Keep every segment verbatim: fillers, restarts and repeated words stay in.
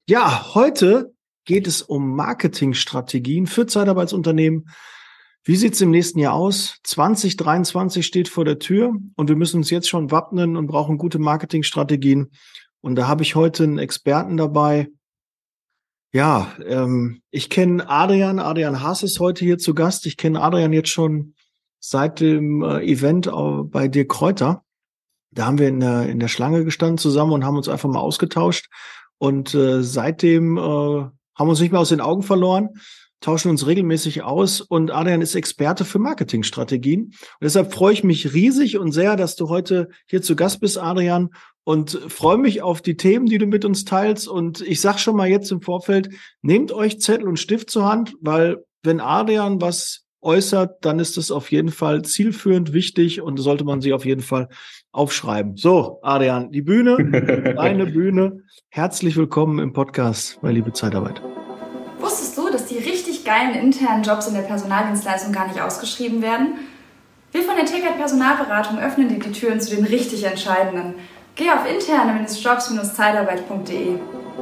Ja, heute geht es um Marketingstrategien für Zeitarbeitsunternehmen. Wie sieht es im nächsten Jahr aus? zwanzig dreiundzwanzig steht vor der Tür und wir müssen uns jetzt schon wappnen und brauchen gute Marketingstrategien. Und da habe ich heute einen Experten dabei. Ja, ähm, ich kenne Adrian. Adrian Haas ist heute hier zu Gast. Ich kenne Adrian jetzt schon seit dem äh, Event äh, bei Dirk Kräuter. Da haben wir in der, in der Schlange gestanden zusammen und haben uns einfach mal ausgetauscht. Und äh, seitdem äh, haben wir uns nicht mehr aus den Augen verloren, tauschen uns regelmäßig aus. Und Adrian ist Experte für Marketingstrategien. Und deshalb freue ich mich riesig und sehr, dass du heute hier zu Gast bist, Adrian. Und freue mich auf die Themen, die du mit uns teilst. Und ich sage schon mal jetzt im Vorfeld, nehmt euch Zettel und Stift zur Hand, weil wenn Adrian was äußert, dann ist es auf jeden Fall zielführend, wichtig und sollte man sich auf jeden Fall aufschreiben. So, Adrian, die Bühne, deine Bühne. Herzlich willkommen im Podcast bei Liebe Zeitarbeit. Wusstest du, dass die richtig geilen internen Jobs in der Personaldienstleistung gar nicht ausgeschrieben werden? Wir von der Ticket Personalberatung öffnen dir die Türen zu den richtig Entscheidenden. Geh auf interne Jobs Zeitarbeit punkt de.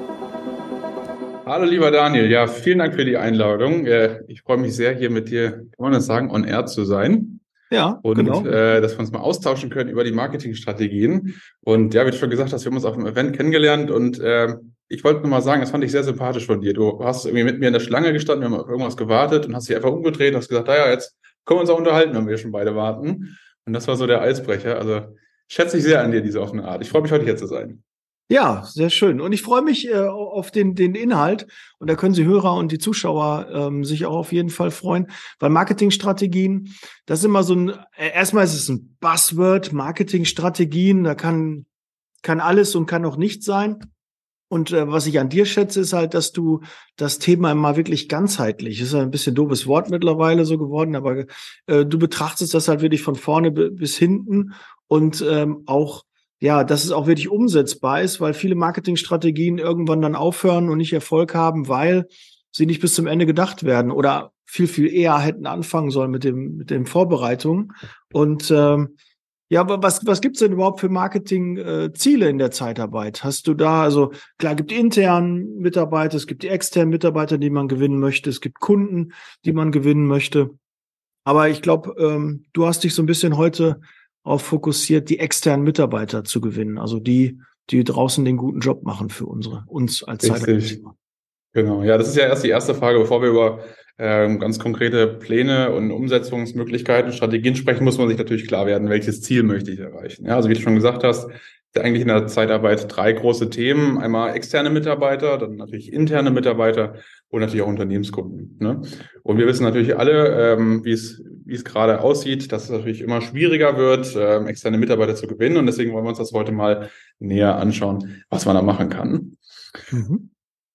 Hallo lieber Daniel, ja, vielen Dank für die Einladung. Ich freue mich sehr, hier mit dir, kann man das sagen, on air zu sein. Ja, und genau. äh, dass wir uns mal austauschen können über die Marketingstrategien. Und ja, wie du schon gesagt hast, wir haben uns auf dem Event kennengelernt und äh, ich wollte nur mal sagen, das fand ich sehr sympathisch von dir. Du hast irgendwie mit mir in der Schlange gestanden, wir haben auf irgendwas gewartet und hast dich einfach umgedreht und hast gesagt, naja, jetzt können wir uns auch unterhalten, wenn wir schon beide warten. Und das war so der Eisbrecher. Also schätze ich sehr an dir, diese offene Art. Ich freue mich, heute hier zu sein. Ja, sehr schön. Und ich freue mich äh, auf den, den Inhalt. Und da können Sie Hörer und die Zuschauer ähm, sich auch auf jeden Fall freuen. Weil Marketingstrategien, das ist immer so ein, äh, erstmal ist es ein Buzzword, Marketingstrategien, da kann, kann alles und kann auch nichts sein. Und äh, was ich an dir schätze, ist halt, dass du das Thema immer wirklich ganzheitlich, ist ja ein bisschen doofes Wort mittlerweile so geworden, aber äh, du betrachtest das halt wirklich von vorne b- bis hinten und ähm, auch ja, dass es auch wirklich umsetzbar ist, weil viele Marketingstrategien irgendwann dann aufhören und nicht Erfolg haben, weil sie nicht bis zum Ende gedacht werden oder viel, viel eher hätten anfangen sollen mit dem, mit den Vorbereitungen. Und ähm, ja, aber was, was gibt's denn überhaupt für Marketingziele äh, in der Zeitarbeit? Hast du da, also klar, gibt internen Mitarbeiter, es gibt die externen Mitarbeiter, die man gewinnen möchte, es gibt Kunden, die man gewinnen möchte. Aber ich glaube, ähm, du hast dich so ein bisschen heute auf fokussiert, die externen Mitarbeiter zu gewinnen, also die, die draußen den guten Job machen für unsere, uns als Zeitarbeiter. Genau, ja, das ist ja erst die erste Frage, bevor wir über ähm, ganz konkrete Pläne und Umsetzungsmöglichkeiten, Strategien sprechen, muss man sich natürlich klar werden, welches Ziel möchte ich erreichen. Ja, also wie du schon gesagt hast, ist eigentlich in der Zeitarbeit drei große Themen. Einmal externe Mitarbeiter, dann natürlich interne Mitarbeiter und natürlich auch Unternehmenskunden. Ne? Und wir wissen natürlich alle, ähm, wie es wie es gerade aussieht, dass es natürlich immer schwieriger wird, ähm, externe Mitarbeiter zu gewinnen. Und deswegen wollen wir uns das heute mal näher anschauen, was man da machen kann. Mhm.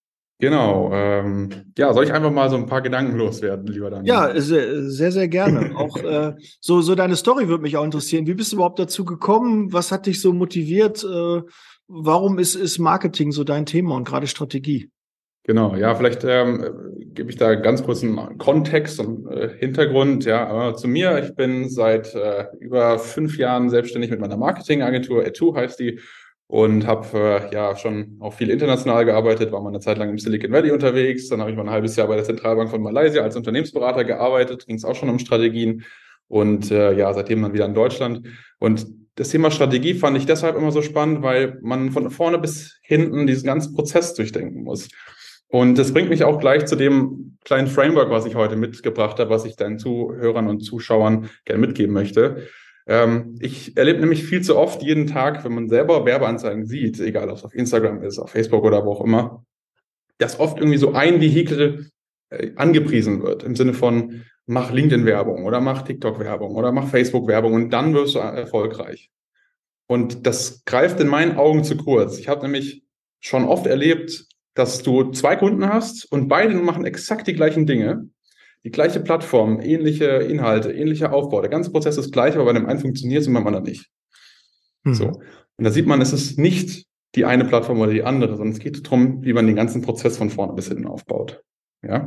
Genau. Ähm, ja, soll ich einfach mal so ein paar Gedanken loswerden, lieber Daniel? Ja, sehr, sehr, sehr gerne. Auch äh, so, so deine Story würde mich auch interessieren. Wie bist du überhaupt dazu gekommen? Was hat dich so motiviert? Äh, warum ist, ist Marketing so dein Thema und gerade Strategie? Genau, ja, vielleicht ähm, gebe ich da ganz kurz einen Kontext und äh, Hintergrund. Ja, aber zu mir, ich bin seit äh, über fünf Jahren selbstständig mit meiner Marketingagentur, A zwei heißt die, und habe äh, ja schon auch viel international gearbeitet, war mal eine Zeit lang im Silicon Valley unterwegs, dann habe ich mal ein halbes Jahr bei der Zentralbank von Malaysia als Unternehmensberater gearbeitet, ging es auch schon um Strategien und äh, ja, seitdem dann wieder in Deutschland. Und das Thema Strategie fand ich deshalb immer so spannend, weil man von vorne bis hinten diesen ganzen Prozess durchdenken muss. Und das bringt mich auch gleich zu dem kleinen Framework, was ich heute mitgebracht habe, was ich deinen Zuhörern und Zuschauern gerne mitgeben möchte. Ähm, ich erlebe nämlich viel zu oft jeden Tag, wenn man selber Werbeanzeigen sieht, egal ob es auf Instagram ist, auf Facebook oder wo auch immer, dass oft irgendwie so ein Vehikel äh, angepriesen wird, im Sinne von mach LinkedIn-Werbung oder mach TikTok-Werbung oder mach Facebook-Werbung und dann wirst du erfolgreich. Und das greift in meinen Augen zu kurz. Ich habe nämlich schon oft erlebt, dass du zwei Kunden hast und beide machen exakt die gleichen Dinge, die gleiche Plattform, ähnliche Inhalte, ähnlicher Aufbau. Der ganze Prozess ist gleich, aber bei dem einen funktioniert es und beim anderen nicht. Mhm. So. Und da sieht man, es ist nicht die eine Plattform oder die andere, sondern es geht darum, wie man den ganzen Prozess von vorne bis hinten aufbaut. Ja.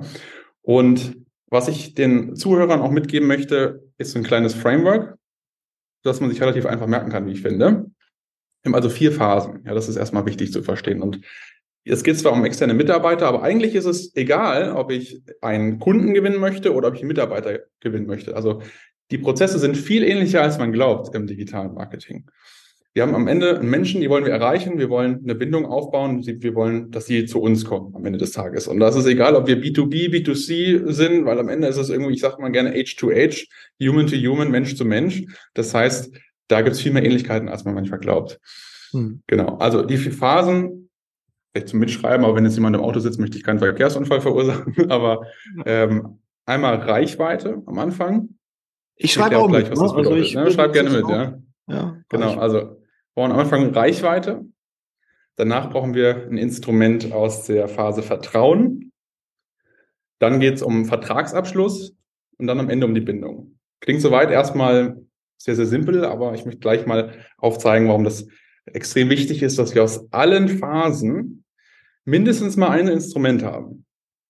Und was ich den Zuhörern auch mitgeben möchte, ist so ein kleines Framework, das man sich relativ einfach merken kann, wie ich finde. Wir haben also vier Phasen. Ja, das ist erstmal wichtig zu verstehen. Und Es geht zwar um externe Mitarbeiter, aber eigentlich ist es egal, ob ich einen Kunden gewinnen möchte oder ob ich einen Mitarbeiter gewinnen möchte. Also die Prozesse sind viel ähnlicher, als man glaubt im digitalen Marketing. Wir haben am Ende einen Menschen, die wollen wir erreichen, wir wollen eine Bindung aufbauen, wir wollen, dass sie zu uns kommen am Ende des Tages. Und das ist egal, ob wir B zwei B, B zwei C sind, weil am Ende ist es irgendwie, ich sage mal gerne H to H, Human to Human, Mensch zu Mensch. Das heißt, da gibt es viel mehr Ähnlichkeiten, als man manchmal glaubt. Hm. Genau, also die vier Phasen, vielleicht zum Mitschreiben, aber wenn jetzt jemand im Auto sitzt, möchte ich keinen Verkehrsunfall verursachen, aber ähm, einmal Reichweite am Anfang. Ich schreibe auch gleich, mit, was das bedeutet. Also ich ne? Schreib gerne mit, auch, ja. Ja, genau, also wir brauchen am Anfang Reichweite. Danach brauchen wir ein Instrument aus der Phase Vertrauen. Dann geht es um Vertragsabschluss und dann am Ende um die Bindung. Klingt soweit erstmal sehr, sehr simpel, aber ich möchte gleich mal aufzeigen, warum das extrem wichtig ist, dass wir aus allen Phasen mindestens mal ein Instrument haben.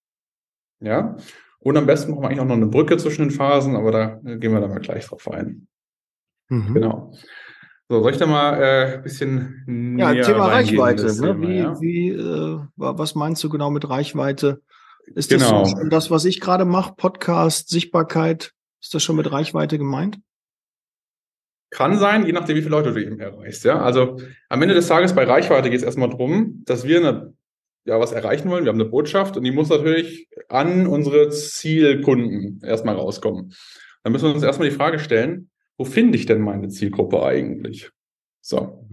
Ja? Und am besten brauchen wir eigentlich auch noch eine Brücke zwischen den Phasen, aber da gehen wir dann mal gleich drauf ein. Mhm. Genau. So, soll ich da mal ein äh, bisschen ja, näher Thema Reichweite. Ne? Thema, wie, ja? wie, äh, was meinst du genau mit Reichweite? Ist genau. das schon das, was ich gerade mache? Podcast, Sichtbarkeit, ist das schon mit Reichweite gemeint? Kann sein, je nachdem, wie viele Leute du eben erreichst. Ja? Also am Ende des Tages bei Reichweite geht es erstmal darum, dass wir eine, ja, was erreichen wollen. Wir haben eine Botschaft und die muss natürlich an unsere Zielkunden erstmal rauskommen. Dann müssen wir uns erstmal die Frage stellen, wo finde ich denn meine Zielgruppe eigentlich? So.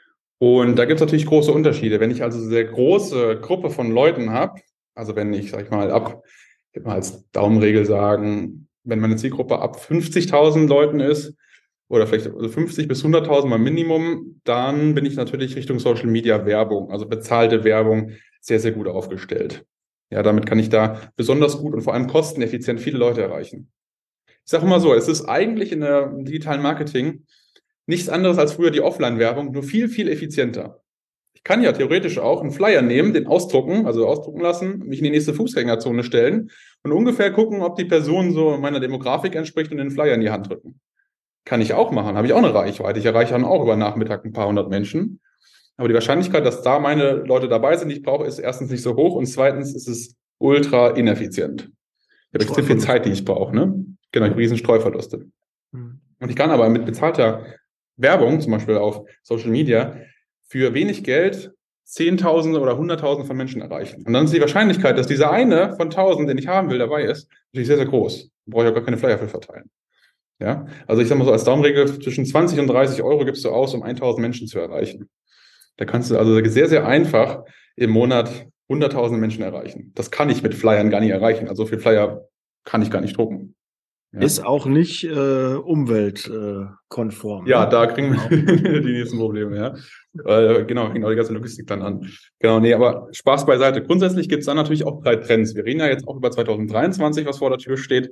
Und da gibt es natürlich große Unterschiede. Wenn ich also eine sehr große Gruppe von Leuten habe, also wenn ich, sag ich mal, ab, ich will mal als Daumenregel sagen, wenn meine Zielgruppe ab fünfzigtausend Leuten ist, oder vielleicht also fünfzig bis hunderttausend mal Minimum, dann bin ich natürlich Richtung Social Media Werbung, also bezahlte Werbung, sehr, sehr gut aufgestellt. Ja, damit kann ich da besonders gut und vor allem kosteneffizient viele Leute erreichen. Ich sage immer so, es ist eigentlich in der im digitalen Marketing nichts anderes als früher die Offline-Werbung, nur viel, viel effizienter. Ich kann ja theoretisch auch einen Flyer nehmen, den ausdrucken, also ausdrucken lassen, mich in die nächste Fußgängerzone stellen und ungefähr gucken, ob die Person so meiner Demografik entspricht und den Flyer in die Hand drücken. Kann ich auch machen, habe ich auch eine Reichweite. Ich erreiche dann auch über Nachmittag ein paar hundert Menschen. Aber die Wahrscheinlichkeit, dass da meine Leute dabei sind, die ich brauche, ist erstens nicht so hoch und zweitens ist es ultra ineffizient. Ich habe extrem viel Zeit, die ich brauche, ne? Genau, ich habe riesen Streuverluste. Mhm. Und ich kann aber mit bezahlter Werbung, zum Beispiel auf Social Media, für wenig Geld Zehntausende oder Hunderttausende von Menschen erreichen. Und dann ist die Wahrscheinlichkeit, dass dieser eine von tausend, den ich haben will, dabei ist, natürlich sehr, sehr groß. Da brauche ich auch gar keine Flyer für verteilen. Ja, also ich sage mal so als Daumenregel, zwischen zwanzig und dreißig Euro gibst du aus, um tausend Menschen zu erreichen. Da kannst du also sehr, sehr einfach im Monat hunderttausend Menschen erreichen. Das kann ich mit Flyern gar nicht erreichen. Also so viel Flyer kann ich gar nicht drucken. Ja. Ist auch nicht äh, umweltkonform. Ja, ne? da kriegen wir die nächsten Probleme, ja. Äh, genau, genau, die ganze Logistik dann an. Genau, nee, aber Spaß beiseite. Grundsätzlich gibt es dann natürlich auch drei Trends. Wir reden ja jetzt auch über zwanzig dreiundzwanzig, was vor der Tür steht.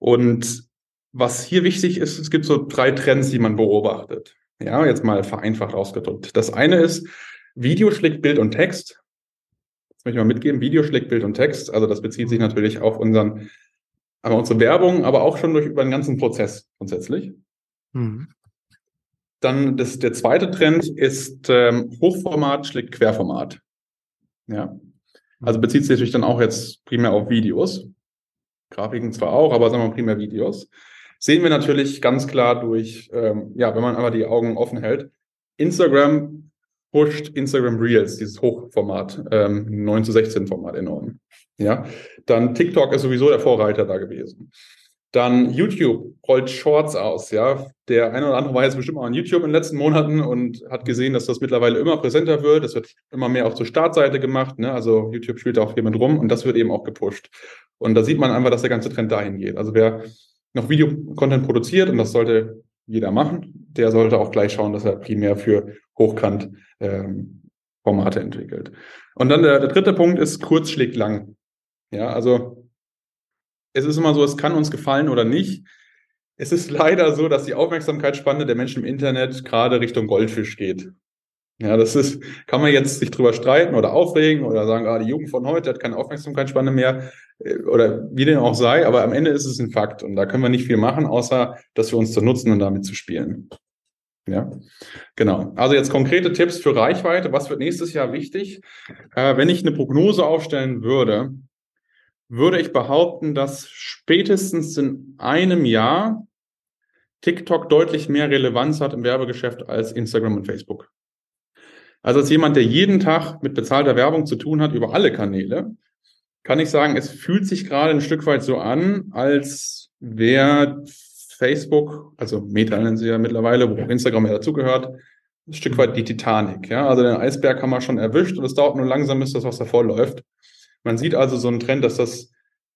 Und was hier wichtig ist, es gibt so drei Trends, die man beobachtet. Ja, jetzt mal vereinfacht ausgedrückt. Das eine ist, Video schlägt Bild und Text. Das möchte ich mal mitgeben. Video schlägt Bild und Text. Also das bezieht sich natürlich auf unseren, aber unsere Werbung, aber auch schon durch über den ganzen Prozess grundsätzlich. Mhm. Dann das, der zweite Trend ist ähm, Hochformat schlägt Querformat. Ja, also bezieht sich natürlich dann auch jetzt primär auf Videos. Grafiken zwar auch, aber sagen wir mal primär Videos. Sehen wir natürlich ganz klar durch, ähm, ja, wenn man einfach die Augen offen hält. Instagram pusht Instagram Reels, dieses Hochformat, ähm, neun zu sechzehn Format enorm. Ja, dann TikTok ist sowieso der Vorreiter da gewesen. Dann YouTube rollt Shorts aus, ja. Der eine oder andere war jetzt bestimmt auch an YouTube in den letzten Monaten und hat gesehen, dass das mittlerweile immer präsenter wird. Das wird immer mehr auch zur Startseite gemacht, ne? Also YouTube spielt da auch viel mit rum und das wird eben auch gepusht. Und da sieht man einfach, dass der ganze Trend dahin geht. Also wer noch Video-Content produziert, und das sollte jeder machen, der sollte auch gleich schauen, dass er primär für Hochkant ähm, Formate entwickelt. Und dann der, der dritte Punkt ist, kurz schlägt lang. Ja, also es ist immer so, es kann uns gefallen oder nicht. Es ist leider so, dass die Aufmerksamkeitsspanne der Menschen im Internet gerade Richtung Goldfisch geht. Ja, das ist, kann man jetzt sich drüber streiten oder aufregen oder sagen, ah, die Jugend von heute hat keine Aufmerksamkeitsspanne mehr oder wie denn auch sei, aber am Ende ist es ein Fakt und da können wir nicht viel machen, außer dass wir uns zu nutzen und damit zu spielen. Ja, genau. Also jetzt konkrete Tipps für Reichweite. Was wird nächstes Jahr wichtig? Äh, wenn ich eine Prognose aufstellen würde, würde ich behaupten, dass spätestens in einem Jahr TikTok deutlich mehr Relevanz hat im Werbegeschäft als Instagram und Facebook. Also als jemand, der jeden Tag mit bezahlter Werbung zu tun hat über alle Kanäle, kann ich sagen, es fühlt sich gerade ein Stück weit so an, als wäre Facebook, also Meta nennen sie ja mittlerweile, wo auch Instagram ja dazugehört, ein Stück weit die Titanic. Ja? Also den Eisberg haben wir schon erwischt und es dauert nur langsam, bis das Wasser vollläuft. Man sieht also so einen Trend, dass das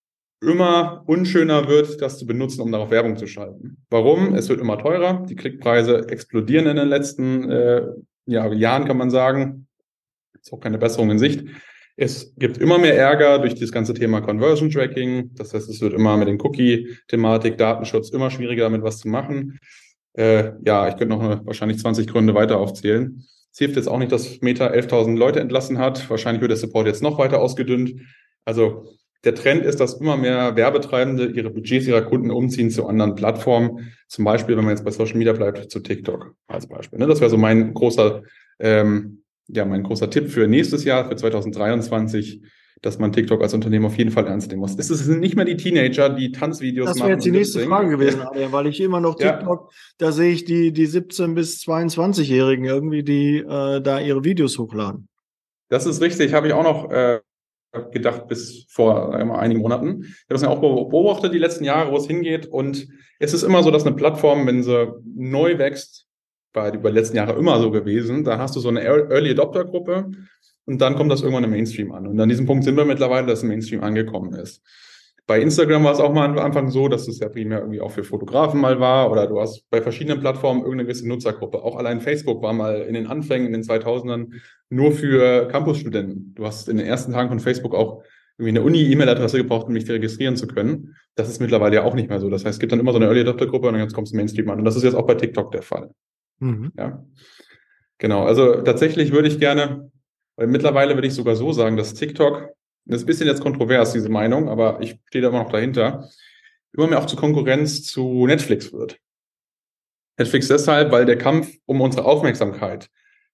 immer unschöner wird, das zu benutzen, um darauf Werbung zu schalten. Warum? Es wird immer teurer. Die Klickpreise explodieren in den letzten äh, ja, Jahren, kann man sagen. Ist auch keine Besserung in Sicht. Es gibt immer mehr Ärger durch das ganze Thema Conversion Tracking. Das heißt, es wird immer mit den Cookie-Thematik, Datenschutz immer schwieriger, damit was zu machen. Äh, ja, ich könnte noch eine, wahrscheinlich zwanzig Gründe weiter aufzählen. Es hilft jetzt auch nicht, dass Meta elftausend Leute entlassen hat. Wahrscheinlich wird der Support jetzt noch weiter ausgedünnt. Also der Trend ist, dass immer mehr Werbetreibende ihre Budgets ihrer Kunden umziehen zu anderen Plattformen. Zum Beispiel, wenn man jetzt bei Social Media bleibt, zu TikTok als Beispiel. Das wäre so mein großer, ähm, ja, mein großer Tipp für nächstes Jahr, für zwanzig dreiundzwanzig, dass man TikTok als Unternehmen auf jeden Fall ernst nehmen muss. Es sind nicht mehr die Teenager, die Tanzvideos machen. Das wäre jetzt die nächste Frage gewesen, Adrian, weil ich immer noch TikTok, ja. Da sehe ich die, die siebzehn- bis zweiundzwanzigjährigen irgendwie, die äh, da ihre Videos hochladen. Das ist richtig, habe ich auch noch äh, gedacht bis vor äh, einigen Monaten. Ich habe das ja auch beobachtet die letzten Jahre, wo es hingeht. Und es ist immer so, dass eine Plattform, wenn sie neu wächst, war über die letzten Jahre immer so gewesen, dann hast du so eine Early Adopter Gruppe und dann kommt das irgendwann im Mainstream an. Und an diesem Punkt sind wir mittlerweile, dass im Mainstream angekommen ist. Bei Instagram war es auch mal am Anfang so, dass es ja primär irgendwie auch für Fotografen mal war, oder du hast bei verschiedenen Plattformen irgendeine gewisse Nutzergruppe. Auch allein Facebook war mal in den Anfängen, in den zweitausendern, nur für Campusstudenten. Du hast in den ersten Tagen von Facebook auch irgendwie eine Uni-E-Mail-Adresse gebraucht, um dich registrieren zu können. Das ist mittlerweile ja auch nicht mehr so. Das heißt, es gibt dann immer so eine Early Adopter-Gruppe und dann kommst du im Mainstream an. Und das ist jetzt auch bei TikTok der Fall. Mhm. Ja, genau. Also tatsächlich würde ich gerne, weil mittlerweile würde ich sogar so sagen, dass TikTok, das ist ein bisschen jetzt kontrovers, diese Meinung, aber ich stehe da immer noch dahinter, immer mehr auch zur Konkurrenz zu Netflix wird. Netflix deshalb, weil der Kampf um unsere Aufmerksamkeit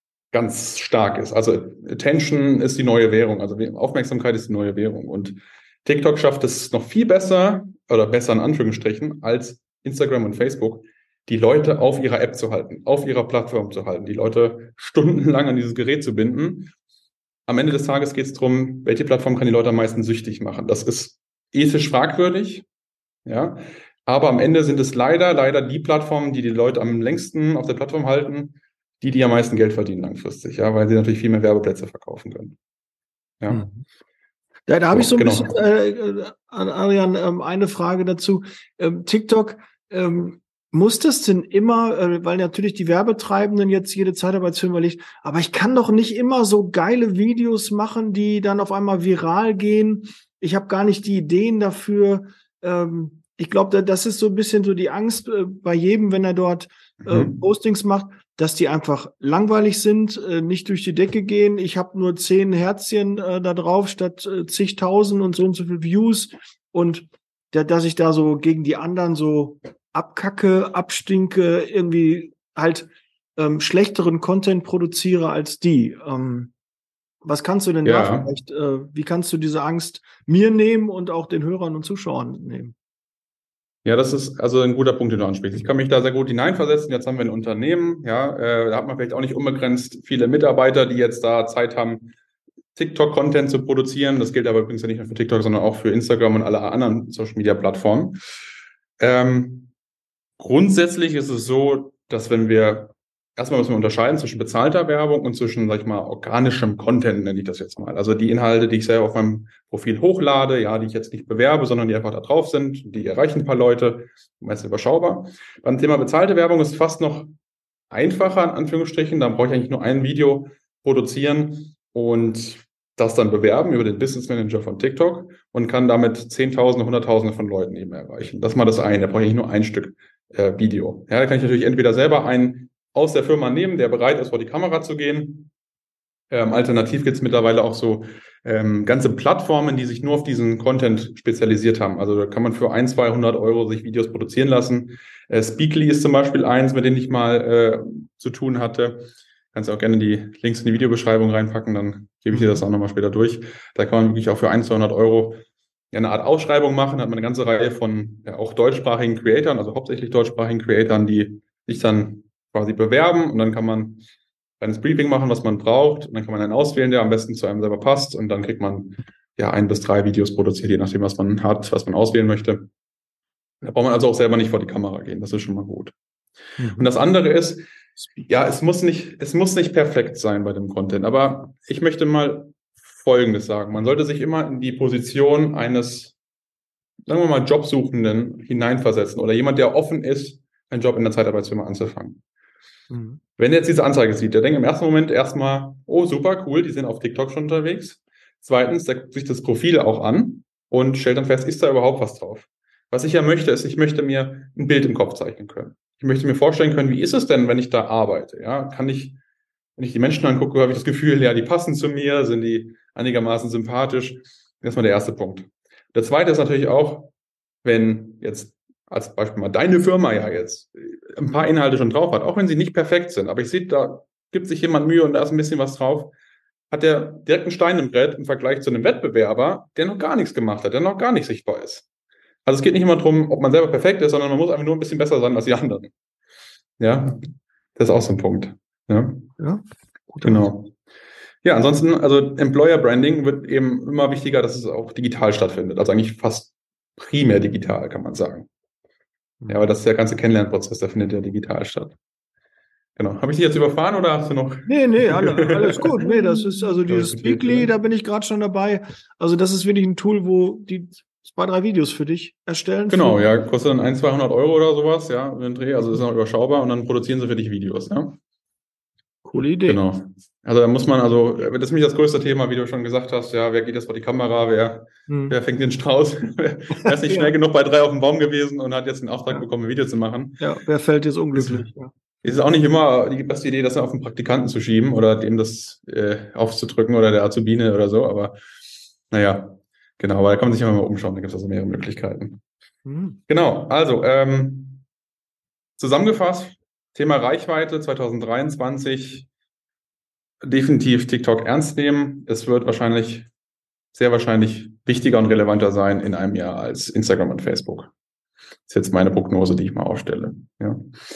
ganz stark ist. Also Attention ist die neue Währung, also Aufmerksamkeit ist die neue Währung. Und TikTok schafft es noch viel besser, oder besser in Anführungsstrichen, als Instagram und Facebook, die Leute auf ihrer App zu halten, auf ihrer Plattform zu halten, die Leute stundenlang an dieses Gerät zu binden. Am Ende des Tages geht es darum, welche Plattform kann die Leute am meisten süchtig machen. Das ist ethisch fragwürdig, ja, aber am Ende sind es leider, leider die Plattformen, die die Leute am längsten auf der Plattform halten, die, die am meisten Geld verdienen langfristig, ja, weil sie natürlich viel mehr Werbeplätze verkaufen können. Ja. Mhm. Da, da habe so, ich so ein genau. bisschen, äh, Adrian, ähm, eine Frage dazu. Ähm, TikTok, ähm, muss das denn immer, äh, weil natürlich die Werbetreibenden jetzt jede Zeitarbeitsfirma liegt, aber ich kann doch nicht immer so geile Videos machen, die dann auf einmal viral gehen. Ich habe gar nicht die Ideen dafür. Ähm, ich glaube, das ist so ein bisschen so die Angst äh, bei jedem, wenn er dort äh, mhm. Postings macht, dass die einfach langweilig sind, äh, nicht durch die Decke gehen. Ich habe nur zehn Herzchen äh, da drauf statt äh, zigtausend und so und so viel Views und da, dass ich da so gegen die anderen so abkacke, abstinke, irgendwie halt ähm, schlechteren Content produziere als die. Ähm, was kannst du denn ja. da vielleicht, äh, wie kannst du diese Angst mir nehmen und auch den Hörern und Zuschauern nehmen? Ja, das ist also ein guter Punkt, den du ansprichst. Ich kann mich da sehr gut hineinversetzen. Jetzt haben wir ein Unternehmen, ja, äh, da hat man vielleicht auch nicht unbegrenzt viele Mitarbeiter, die jetzt da Zeit haben, TikTok-Content zu produzieren. Das gilt aber übrigens ja nicht nur für TikTok, sondern auch für Instagram und alle anderen Social-Media-Plattformen. Ähm, Grundsätzlich ist es so, dass wenn wir, erstmal müssen wir unterscheiden zwischen bezahlter Werbung und zwischen, sag ich mal, organischem Content, nenne ich das jetzt mal. Also die Inhalte, die ich selber auf meinem Profil hochlade, ja, die ich jetzt nicht bewerbe, sondern die einfach da drauf sind, die erreichen ein paar Leute, meist überschaubar. Beim Thema bezahlte Werbung ist es fast noch einfacher, in Anführungsstrichen. Da brauche ich eigentlich nur ein Video produzieren und das dann bewerben über den Business Manager von TikTok und kann damit Zehntausende, Hunderttausende von Leuten eben erreichen. Das ist mal das eine. Da brauche ich nur ein Stück äh, Video. Ja, da kann ich natürlich entweder selber einen aus der Firma nehmen, der bereit ist, vor die Kamera zu gehen, Ähm, alternativ gibt es mittlerweile auch so ähm, ganze Plattformen, die sich nur auf diesen Content spezialisiert haben. Also da kann man für ein, zweihundert Euro sich Videos produzieren lassen. Äh, Speakly ist zum Beispiel eins, mit dem ich mal äh, zu tun hatte. Kannst auch gerne die Links in die Videobeschreibung reinpacken, dann gebe ich dir das auch nochmal später durch. Da kann man wirklich auch für ein, zweihundert Euro eine Art Ausschreibung machen. Da hat man eine ganze Reihe von ja, auch deutschsprachigen Creatoren, also hauptsächlich deutschsprachigen Creatoren, die sich dann quasi bewerben, und dann kann man ein Briefing machen, was man braucht, und dann kann man einen auswählen, der am besten zu einem selber passt, und dann kriegt man ja ein bis drei Videos produziert, je nachdem, was man hat, was man auswählen möchte. Da braucht man also auch selber nicht vor die Kamera gehen, das ist schon mal gut. Mhm. Und das andere ist, ja, es muss nicht, es muss nicht perfekt sein bei dem Content, aber ich möchte mal Folgendes sagen. Man sollte sich immer in die Position eines, sagen wir mal, Jobsuchenden hineinversetzen oder jemand, der offen ist, einen Job in der Zeitarbeitsfirma anzufangen. Mhm. Wenn er jetzt diese Anzeige sieht, der denkt im ersten Moment erstmal, oh, super, cool, die sind auf TikTok schon unterwegs. Zweitens, der guckt sich das Profil auch an und stellt dann fest, ist da überhaupt was drauf? Was ich ja möchte, ist, ich möchte mir ein Bild im Kopf zeichnen können. Ich möchte mir vorstellen können, wie ist es denn, wenn ich da arbeite? Ja, kann ich, wenn ich die Menschen angucke, habe ich das Gefühl, ja, die passen zu mir, sind die einigermaßen sympathisch? Das ist mal der erste Punkt. Der zweite ist natürlich auch, wenn jetzt als Beispiel mal deine Firma ja jetzt ein paar Inhalte schon drauf hat, auch wenn sie nicht perfekt sind, aber ich sehe, da gibt sich jemand Mühe und da ist ein bisschen was drauf, hat der direkt einen Stein im Brett im Vergleich zu einem Wettbewerber, der noch gar nichts gemacht hat, der noch gar nicht sichtbar ist. Also es geht nicht immer darum, ob man selber perfekt ist, sondern man muss einfach nur ein bisschen besser sein als die anderen. Ja, das ist auch so ein Punkt. Ja, ja, gut. Genau. Ja, ansonsten, also Employer Branding wird eben immer wichtiger, dass es auch digital stattfindet. Also eigentlich fast primär digital, kann man sagen. Ja, aber das ist der ganze Kennenlernprozess, der findet ja digital statt. Genau. Habe ich dich jetzt überfahren oder hast du noch? Nee, nee, alle, alles gut. Nee, das ist also dieses Speakly, da bin ich gerade schon dabei. Also das ist wirklich ein Tool, wo die zwei, drei Videos für dich erstellen. Genau, ja, kostet dann ein, zweihundert Euro oder sowas, ja, den Dreh, also ist noch überschaubar, und dann produzieren sie für dich Videos, ja. Coole Idee. Genau. Also da muss man, also das ist nämlich das größte Thema, wie du schon gesagt hast, ja, wer geht jetzt vor die Kamera, wer, hm. wer fängt den Strauß, wer ist nicht schnell ja. genug bei drei auf dem Baum gewesen und hat jetzt den Auftrag ja. bekommen, ein Video zu machen. Ja, wer fällt jetzt unglücklich? Ja. Es ist auch nicht immer die beste Idee, das auf den Praktikanten zu schieben oder dem das äh, aufzudrücken oder der Azubine oder so, aber naja, genau, aber da kann man sich immer mal umschauen, da gibt es also mehrere Möglichkeiten. Hm. Genau, also ähm, zusammengefasst, Thema Reichweite zwanzig dreiundzwanzig, definitiv TikTok ernst nehmen. Es wird wahrscheinlich, sehr wahrscheinlich wichtiger und relevanter sein in einem Jahr als Instagram und Facebook. Das ist jetzt meine Prognose, die ich mal aufstelle. Ja.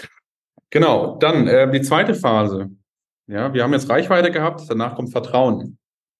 Genau, dann äh, die zweite Phase. Ja, wir haben jetzt Reichweite gehabt, danach kommt Vertrauen.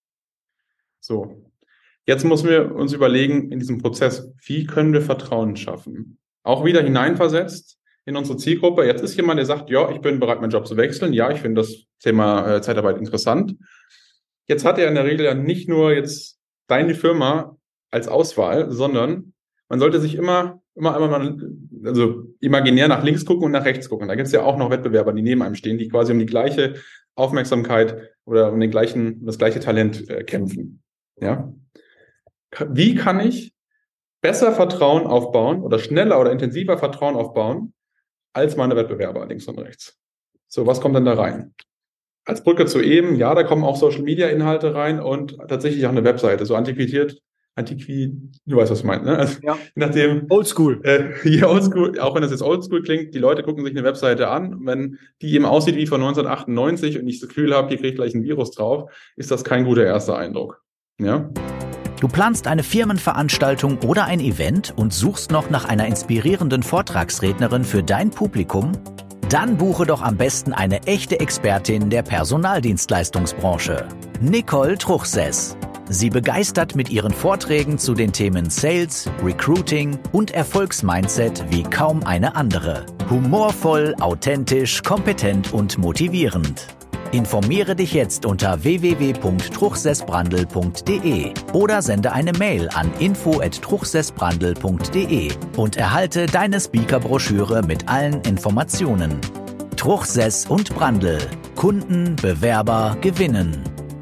So, jetzt müssen wir uns überlegen in diesem Prozess, wie können wir Vertrauen schaffen? Auch wieder hineinversetzt in unsere Zielgruppe. Jetzt ist jemand, der sagt, ja, ich bin bereit, meinen Job zu wechseln. Ja, ich finde das Thema äh, Zeitarbeit interessant. Jetzt hat er in der Regel ja nicht nur jetzt deine Firma als Auswahl, sondern man sollte sich immer, immer einmal mal, also imaginär nach links gucken und nach rechts gucken. Da gibt es ja auch noch Wettbewerber, die neben einem stehen, die quasi um die gleiche Aufmerksamkeit oder um den gleichen, um das gleiche Talent äh, kämpfen. Ja? Wie kann ich besser Vertrauen aufbauen oder schneller oder intensiver Vertrauen aufbauen als meine Wettbewerber links und rechts? So, was kommt denn da rein? Als Brücke zu eben, ja, da kommen auch Social-Media-Inhalte rein und tatsächlich auch eine Webseite, so antiquiert, antiqui, du weißt, was ich meine, ne? Also, ja. Nachdem, Oldschool. Äh, ja, Oldschool, auch wenn das jetzt Oldschool klingt, die Leute gucken sich eine Webseite an, wenn die eben aussieht wie von neunzehnhundertachtundneunzig und ich das Gefühl habe, hier kriege ich gleich ein Virus drauf, ist das kein guter erster Eindruck. Ja? Du planst eine Firmenveranstaltung oder ein Event und suchst noch nach einer inspirierenden Vortragsrednerin für dein Publikum? Dann buche doch am besten eine echte Expertin der Personaldienstleistungsbranche, Nicole Truchsess. Sie begeistert mit ihren Vorträgen zu den Themen Sales, Recruiting und Erfolgsmindset wie kaum eine andere. Humorvoll, authentisch, kompetent und motivierend. Informiere dich jetzt unter w w w punkt truchsessbrandl punkt d e oder sende eine Mail an info at truchsessbrandl punkt d e und erhalte deine Speakerbroschüre mit allen Informationen. Truchsess und Brandl. Kunden, Bewerber gewinnen.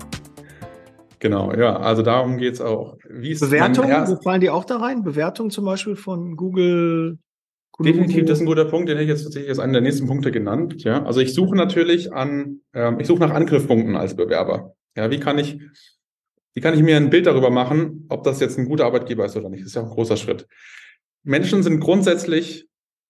Genau, ja, also darum geht's auch. Wie ist Bewertungen, wo fallen die auch da rein? Bewertungen zum Beispiel von Google? Definitiv, das ist ein guter Punkt, den hätte ich jetzt tatsächlich als einen der nächsten Punkte genannt. Ja, also ich suche natürlich an, ähm, ich suche nach Angriffspunkten als Bewerber. Ja, wie kann ich, wie kann ich mir ein Bild darüber machen, ob das jetzt ein guter Arbeitgeber ist oder nicht? Das ist ja auch ein großer Schritt. Menschen sind grundsätzlich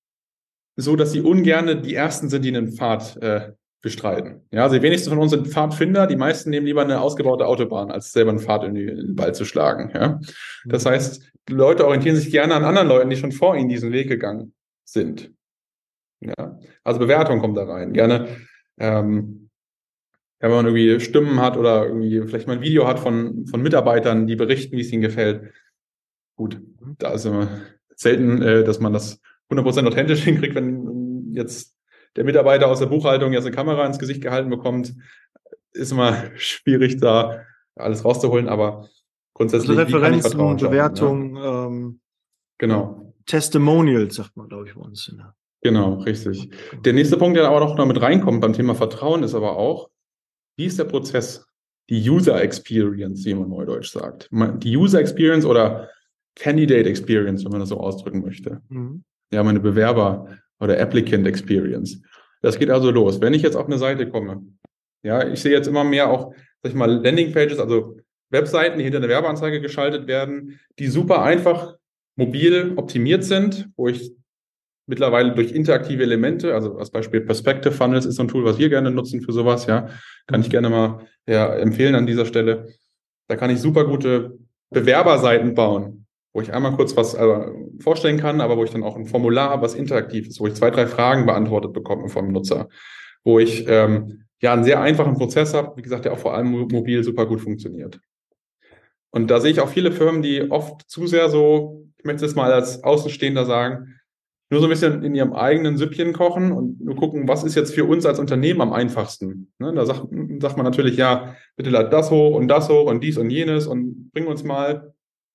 so, dass sie ungerne die Ersten sind, die einen Pfad äh, bestreiten. Ja, also die wenigsten von uns sind Pfadfinder, die meisten nehmen lieber eine ausgebaute Autobahn, als selber einen Pfad in, die, in den Ball zu schlagen. Ja? Das heißt, die Leute orientieren sich gerne an anderen Leuten, die schon vor ihnen diesen Weg gegangen sind. Ja? Also Bewertung kommt da rein. Gerne, ähm, wenn man irgendwie Stimmen hat oder irgendwie vielleicht mal ein Video hat von, von Mitarbeitern, die berichten, wie es ihnen gefällt. Gut, da ist immer selten, äh, dass man das hundert Prozent authentisch hinkriegt, wenn jetzt der Mitarbeiter aus der Buchhaltung jetzt eine Kamera ins Gesicht gehalten bekommt, ist immer schwierig, da alles rauszuholen, aber grundsätzlich, also wie kann ich Referenzen, Vertrauen schaffen? Bewertungen, Ja? ähm, Genau. Testimonials, sagt man, glaube ich, bei uns. Ja. Genau, richtig. Der nächste Punkt, der aber noch damit reinkommt beim Thema Vertrauen, ist aber auch, wie ist der Prozess? Die User Experience, wie man neudeutsch sagt. Die User Experience oder Candidate Experience, wenn man das so ausdrücken möchte. Mhm. Ja, meine Bewerber- oder Applicant Experience. Das geht also los. Wenn ich jetzt auf eine Seite komme, ja, ich sehe jetzt immer mehr auch, sag ich mal, Landingpages, also Webseiten, die hinter einer Werbeanzeige geschaltet werden, die super einfach mobil optimiert sind, wo ich mittlerweile durch interaktive Elemente, also als Beispiel Perspective Funnels ist so ein Tool, was wir gerne nutzen für sowas, ja, kann ich gerne mal ja, empfehlen an dieser Stelle. Da kann ich super gute Bewerberseiten bauen, wo ich einmal kurz was äh, vorstellen kann, aber wo ich dann auch ein Formular habe, was interaktiv ist, wo ich zwei, drei Fragen beantwortet bekomme vom Nutzer, wo ich ähm, ja einen sehr einfachen Prozess habe, wie gesagt, der auch vor allem mobil super gut funktioniert. Und da sehe ich auch viele Firmen, die oft zu sehr so, ich möchte es mal als Außenstehender sagen, nur so ein bisschen in ihrem eigenen Süppchen kochen und nur gucken, was ist jetzt für uns als Unternehmen am einfachsten. Ne, da sagt, sagt man natürlich, ja, bitte lad das hoch und das hoch und dies und jenes und bring uns mal.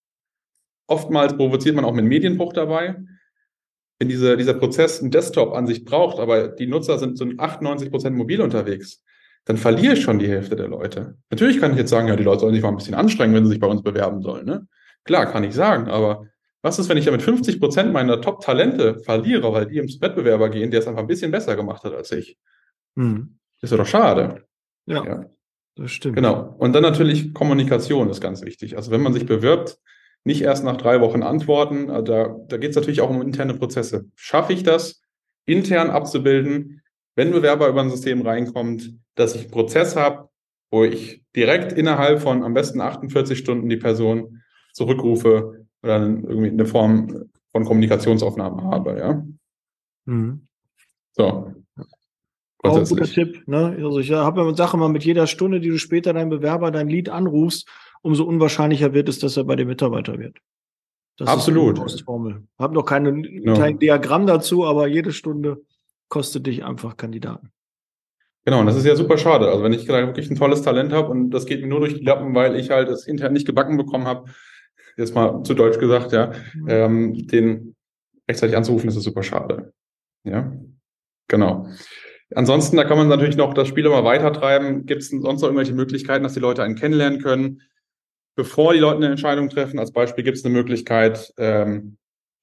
Oftmals provoziert man auch mit Medienbruch dabei. Wenn diese, dieser Prozess einen Desktop an sich braucht, aber die Nutzer sind so achtundneunzig Prozent mobil unterwegs, dann verliere ich schon die Hälfte der Leute. Natürlich kann ich jetzt sagen, ja, die Leute sollen sich mal ein bisschen anstrengen, wenn sie sich bei uns bewerben sollen. Ne? Klar, kann ich sagen, aber was ist, wenn ich damit fünfzig Prozent meiner Top-Talente verliere, weil die ins Wettbewerber gehen, der es einfach ein bisschen besser gemacht hat als ich? Hm. Das ist doch schade. Ja, ja, das stimmt. Genau. Und dann natürlich Kommunikation ist ganz wichtig. Also wenn man sich bewirbt, nicht erst nach drei Wochen antworten. Also da da geht es natürlich auch um interne Prozesse. Schaffe ich das, intern abzubilden, wenn ein Bewerber über ein System reinkommt, dass ich einen Prozess habe, wo ich direkt innerhalb von am besten achtundvierzig Stunden die Person zurückrufe oder irgendwie eine Form von Kommunikationsaufnahme habe, ja. Mhm. So. Auch ein guter Tipp, ne? Also ich habe ja Sache mal, mit jeder Stunde, die du später deinen Bewerber, dein Lead anrufst, umso unwahrscheinlicher wird es, dass er bei dem Mitarbeiter wird. Das Absolut. ist eine Formel. Ich habe noch kein no. kein Diagramm dazu, aber jede Stunde kostet dich einfach Kandidaten. Genau, und das ist ja super schade. Also wenn ich gerade wirklich ein tolles Talent habe und das geht mir nur durch die Lappen, weil ich halt es intern nicht gebacken bekommen habe, jetzt mal zu Deutsch gesagt, ja, mhm. ähm, den rechtzeitig anzurufen, das ist super schade. Ja, genau. Ansonsten, da kann man natürlich noch das Spiel immer weiter treiben. Gibt es sonst noch irgendwelche Möglichkeiten, dass die Leute einen kennenlernen können, bevor die Leute eine Entscheidung treffen? Als Beispiel gibt es eine Möglichkeit, ähm,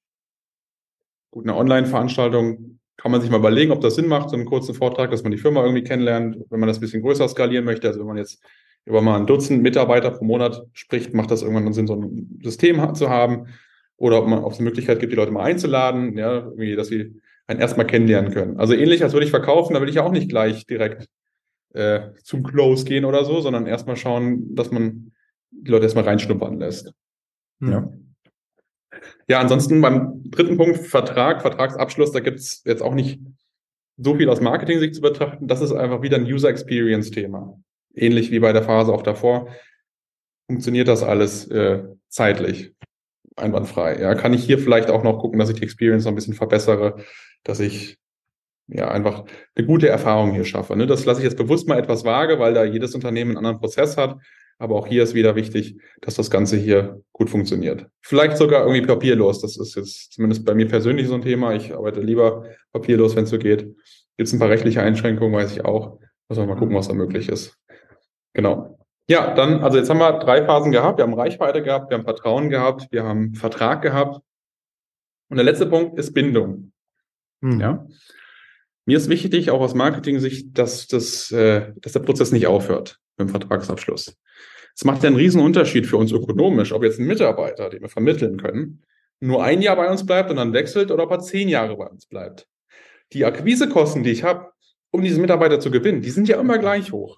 gut, eine Online-Veranstaltung kann man sich mal überlegen, ob das Sinn macht, so einen kurzen Vortrag, dass man die Firma irgendwie kennenlernt, wenn man das ein bisschen größer skalieren möchte. Also wenn man jetzt über mal ein Dutzend Mitarbeiter pro Monat spricht, macht das irgendwann Sinn, so ein System zu haben. Oder ob man, ob es eine Möglichkeit gibt, die Leute mal einzuladen, ja, irgendwie, dass sie einen erstmal kennenlernen können. Also ähnlich, als würde ich verkaufen, da will ich ja auch nicht gleich direkt äh, zum Close gehen oder so, sondern erstmal schauen, dass man die Leute erstmal reinschnuppern lässt. Mhm. Ja. Ja, ansonsten beim dritten Punkt, Vertrag, Vertragsabschluss, da gibt's jetzt auch nicht so viel aus Marketing-Sicht zu betrachten. Das ist einfach wieder ein User-Experience-Thema. Ähnlich wie bei der Phase auch davor. Funktioniert das alles äh, zeitlich? Einwandfrei. Ja, kann ich hier vielleicht auch noch gucken, dass ich die Experience noch ein bisschen verbessere, dass ich ja einfach eine gute Erfahrung hier schaffe. Ne? Das lasse ich jetzt bewusst mal etwas vage, weil da jedes Unternehmen einen anderen Prozess hat. Aber auch hier ist wieder wichtig, dass das Ganze hier gut funktioniert. Vielleicht sogar irgendwie papierlos. Das ist jetzt zumindest bei mir persönlich so ein Thema. Ich arbeite lieber papierlos, wenn es so geht. Gibt es ein paar rechtliche Einschränkungen, weiß ich auch. Muss man mal gucken, was da möglich ist. Genau. Ja, dann, also jetzt haben wir drei Phasen gehabt. Wir haben Reichweite gehabt, wir haben Vertrauen gehabt, wir haben Vertrag gehabt. Und der letzte Punkt ist Bindung. Mhm. Ja. Mir ist wichtig, auch aus Marketing-Sicht, dass, das, äh, dass der Prozess nicht aufhört. mit dem Vertragsabschluss. Es macht ja einen riesen Unterschied für uns ökonomisch, ob jetzt ein Mitarbeiter, den wir vermitteln können, nur ein Jahr bei uns bleibt und dann wechselt oder ob er zehn Jahre bei uns bleibt. Die Akquisekosten, die ich habe, um diesen Mitarbeiter zu gewinnen, die sind ja immer gleich hoch.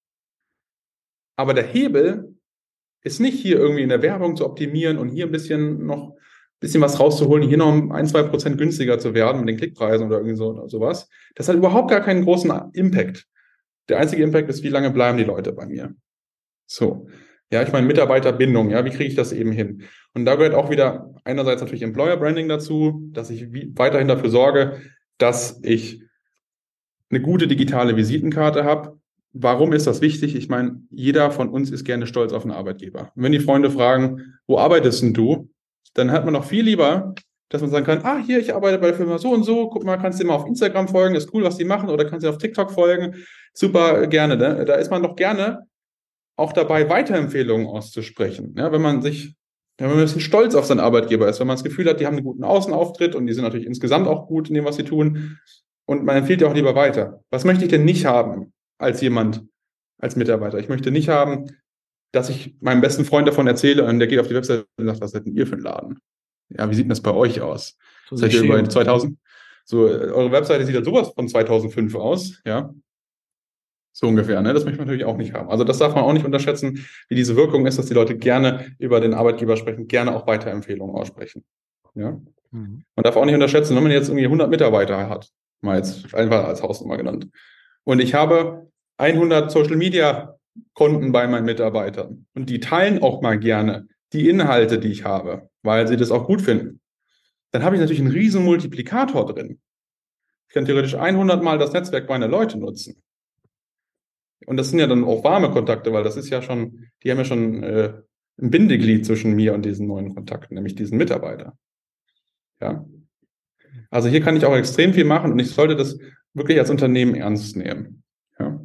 Aber der Hebel ist nicht hier irgendwie in der Werbung zu optimieren und hier ein bisschen noch ein bisschen was rauszuholen, hier noch ein, zwei Prozent günstiger zu werden mit den Klickpreisen oder irgendwie so sowas. Das hat überhaupt gar keinen großen Impact. Der einzige Impact ist, wie lange bleiben die Leute bei mir. So, ja, ich meine Mitarbeiterbindung, ja, wie kriege ich das eben hin? Und da gehört auch wieder einerseits natürlich Employer Branding dazu, dass ich wie, weiterhin dafür sorge, dass ich eine gute digitale Visitenkarte habe. Warum ist das wichtig? Ich meine, jeder von uns ist gerne stolz auf einen Arbeitgeber. Und wenn die Freunde fragen, wo arbeitest denn du? Dann hat man doch viel lieber, dass man sagen kann, ah, hier, ich arbeite bei der Firma so und so, guck mal, kannst du dir mal auf Instagram folgen, ist cool, was die machen, oder kannst du dir auf TikTok folgen, super, gerne. Ne? Da ist man doch gerne auch dabei, Weiterempfehlungen auszusprechen. Ja, wenn man sich, wenn man ein bisschen stolz auf seinen Arbeitgeber ist, wenn man das Gefühl hat, die haben einen guten Außenauftritt und die sind natürlich insgesamt auch gut in dem, was sie tun, und man empfiehlt ja auch lieber weiter. Was möchte ich denn nicht haben als jemand, als Mitarbeiter? Ich möchte nicht haben, dass ich meinem besten Freund davon erzähle und der geht auf die Webseite und sagt, was seid denn ihr für ein Laden? Ja, wie sieht denn das bei euch aus? So seid ihr über zweitausend? So, eure Webseite sieht ja sowas von zweitausendfünf aus, ja? So ungefähr, ne? Das möchte man natürlich auch nicht haben. Also das darf man auch nicht unterschätzen, wie diese Wirkung ist, dass die Leute gerne über den Arbeitgeber sprechen, gerne auch Weiterempfehlungen aussprechen. Ja? Mhm. Man darf auch nicht unterschätzen, wenn man jetzt irgendwie hundert Mitarbeiter hat, mal jetzt einfach als Hausnummer genannt, und ich habe hundert Social-Media-Konten bei meinen Mitarbeitern und die teilen auch mal gerne die Inhalte, die ich habe, weil sie das auch gut finden, dann habe ich natürlich einen riesen Multiplikator drin. Ich kann theoretisch hundert Mal das Netzwerk meiner Leute nutzen. Und das sind ja dann auch warme Kontakte, weil das ist ja schon, die haben ja schon äh, ein Bindeglied zwischen mir und diesen neuen Kontakten, nämlich diesen Mitarbeiter. Ja. Also hier kann ich auch extrem viel machen und ich sollte das wirklich als Unternehmen ernst nehmen. Ja.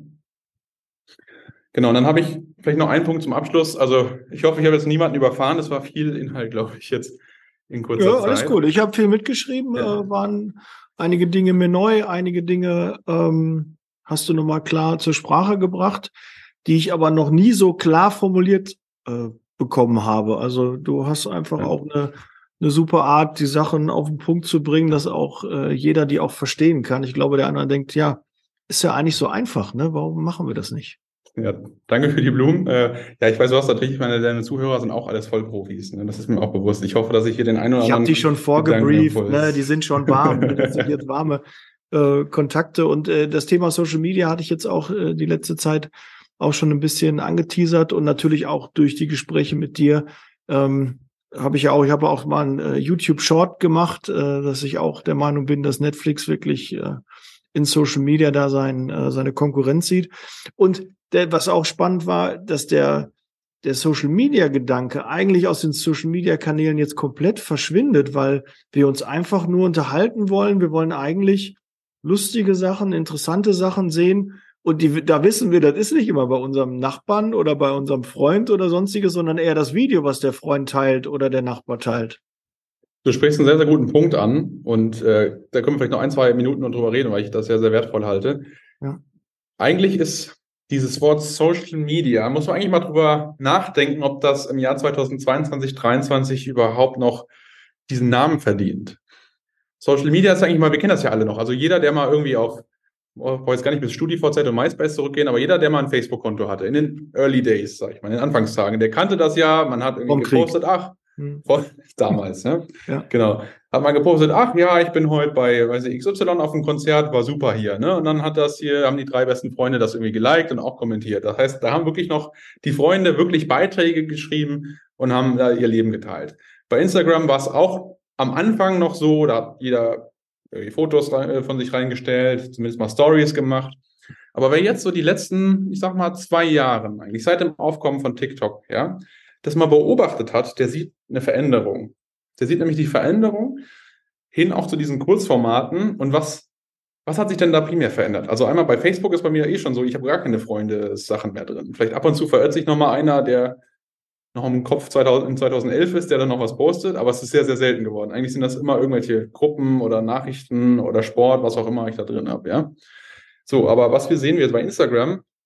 Genau, und dann habe ich vielleicht noch einen Punkt zum Abschluss. Also ich hoffe, ich habe jetzt niemanden überfahren. Das war viel Inhalt, glaube ich, jetzt in kurzer Zeit. Ja, alles gut. Ich habe viel mitgeschrieben. Ja. Äh, waren einige Dinge mir neu, einige Dinge ähm, hast du nochmal klar zur Sprache gebracht, die ich aber noch nie so klar formuliert äh, bekommen habe. Also du hast einfach ja. auch eine eine super Art, die Sachen auf den Punkt zu bringen, dass auch äh, jeder die auch verstehen kann. Ich glaube, der andere denkt, ja, ist ja eigentlich so einfach, ne? Warum machen wir das nicht? Ja, danke für die Blumen. Äh, ja, ich weiß, du hast natürlich, meine, deine Zuhörer sind auch alles Vollprofis, ne? Das ist mir auch bewusst. Ich hoffe, dass ich hier den einen oder ich anderen... Ich habe die schon vorgebrieft, ne? Die sind schon warm. Das sind jetzt warme äh, Kontakte. Und äh, das Thema Social Media hatte ich jetzt auch äh, die letzte Zeit auch schon ein bisschen angeteasert und natürlich auch durch die Gespräche mit dir ähm, habe ich ja auch, ich habe auch mal ein äh, YouTube-Short gemacht, äh, dass ich auch der Meinung bin, dass Netflix wirklich äh, in Social Media da sein, äh, seine Konkurrenz sieht. Und der, was auch spannend war, dass der, der Social-Media-Gedanke eigentlich aus den Social-Media-Kanälen jetzt komplett verschwindet, weil wir uns einfach nur unterhalten wollen. Wir wollen eigentlich lustige Sachen, interessante Sachen sehen. Und die, da wissen wir, das ist nicht immer bei unserem Nachbarn oder bei unserem Freund oder sonstiges, sondern eher das Video, was der Freund teilt oder der Nachbar teilt. Du sprichst einen sehr, sehr guten Punkt an und äh, da können wir vielleicht noch ein, zwei Minuten noch drüber reden, weil ich das sehr, sehr wertvoll halte. Ja. Eigentlich ist dieses Wort Social Media, muss man eigentlich mal drüber nachdenken, ob das im Jahr zweitausendzweiundzwanzig, dreiundzwanzig überhaupt noch diesen Namen verdient. Social Media ist eigentlich mal, wir kennen das ja alle noch, also jeder, der mal irgendwie auf ich wollte jetzt gar nicht bis StudiVZ und MySpace zurückgehen, aber jeder, der mal ein Facebook-Konto hatte, in den Early Days, sag ich mal, in den Anfangstagen, der kannte das ja, man hat irgendwie gepostet, ach, hm. von, damals, ne? Ja. Genau. Hat man gepostet, ach ja, ich bin heute bei, weiß ich, X Y auf dem Konzert, war super hier, ne? Und dann hat das hier, haben die drei besten Freunde das irgendwie geliked und auch kommentiert. Das heißt, da haben wirklich noch die Freunde wirklich Beiträge geschrieben und haben da ihr Leben geteilt. Bei Instagram war es auch am Anfang noch so, da hat jeder Fotos von sich reingestellt, zumindest mal Stories gemacht. Aber wer jetzt so die letzten, ich sag mal, zwei Jahren, eigentlich seit dem Aufkommen von TikTok, ja, das mal beobachtet hat, der sieht eine Veränderung. Der sieht nämlich die Veränderung hin auch zu diesen Kurzformaten. Und was, was hat sich denn da primär verändert? Also einmal bei Facebook ist bei mir eh schon so, ich habe gar keine Freunde-Sachen mehr drin. Vielleicht ab und zu verirrt sich nochmal einer, der noch im Kopf zweitausend, zweitausendelf ist, der dann noch was postet, aber es ist sehr, sehr selten geworden. Eigentlich sind das immer irgendwelche Gruppen oder Nachrichten oder Sport, was auch immer ich da drin habe, ja. So, aber was wir sehen wir jetzt bei Instagram,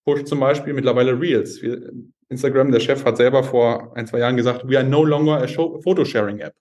pusht zum Beispiel mittlerweile Reels. Wir, Instagram, der Chef hat selber vor ein, zwei Jahren gesagt, we are no longer a Photo-Sharing-App.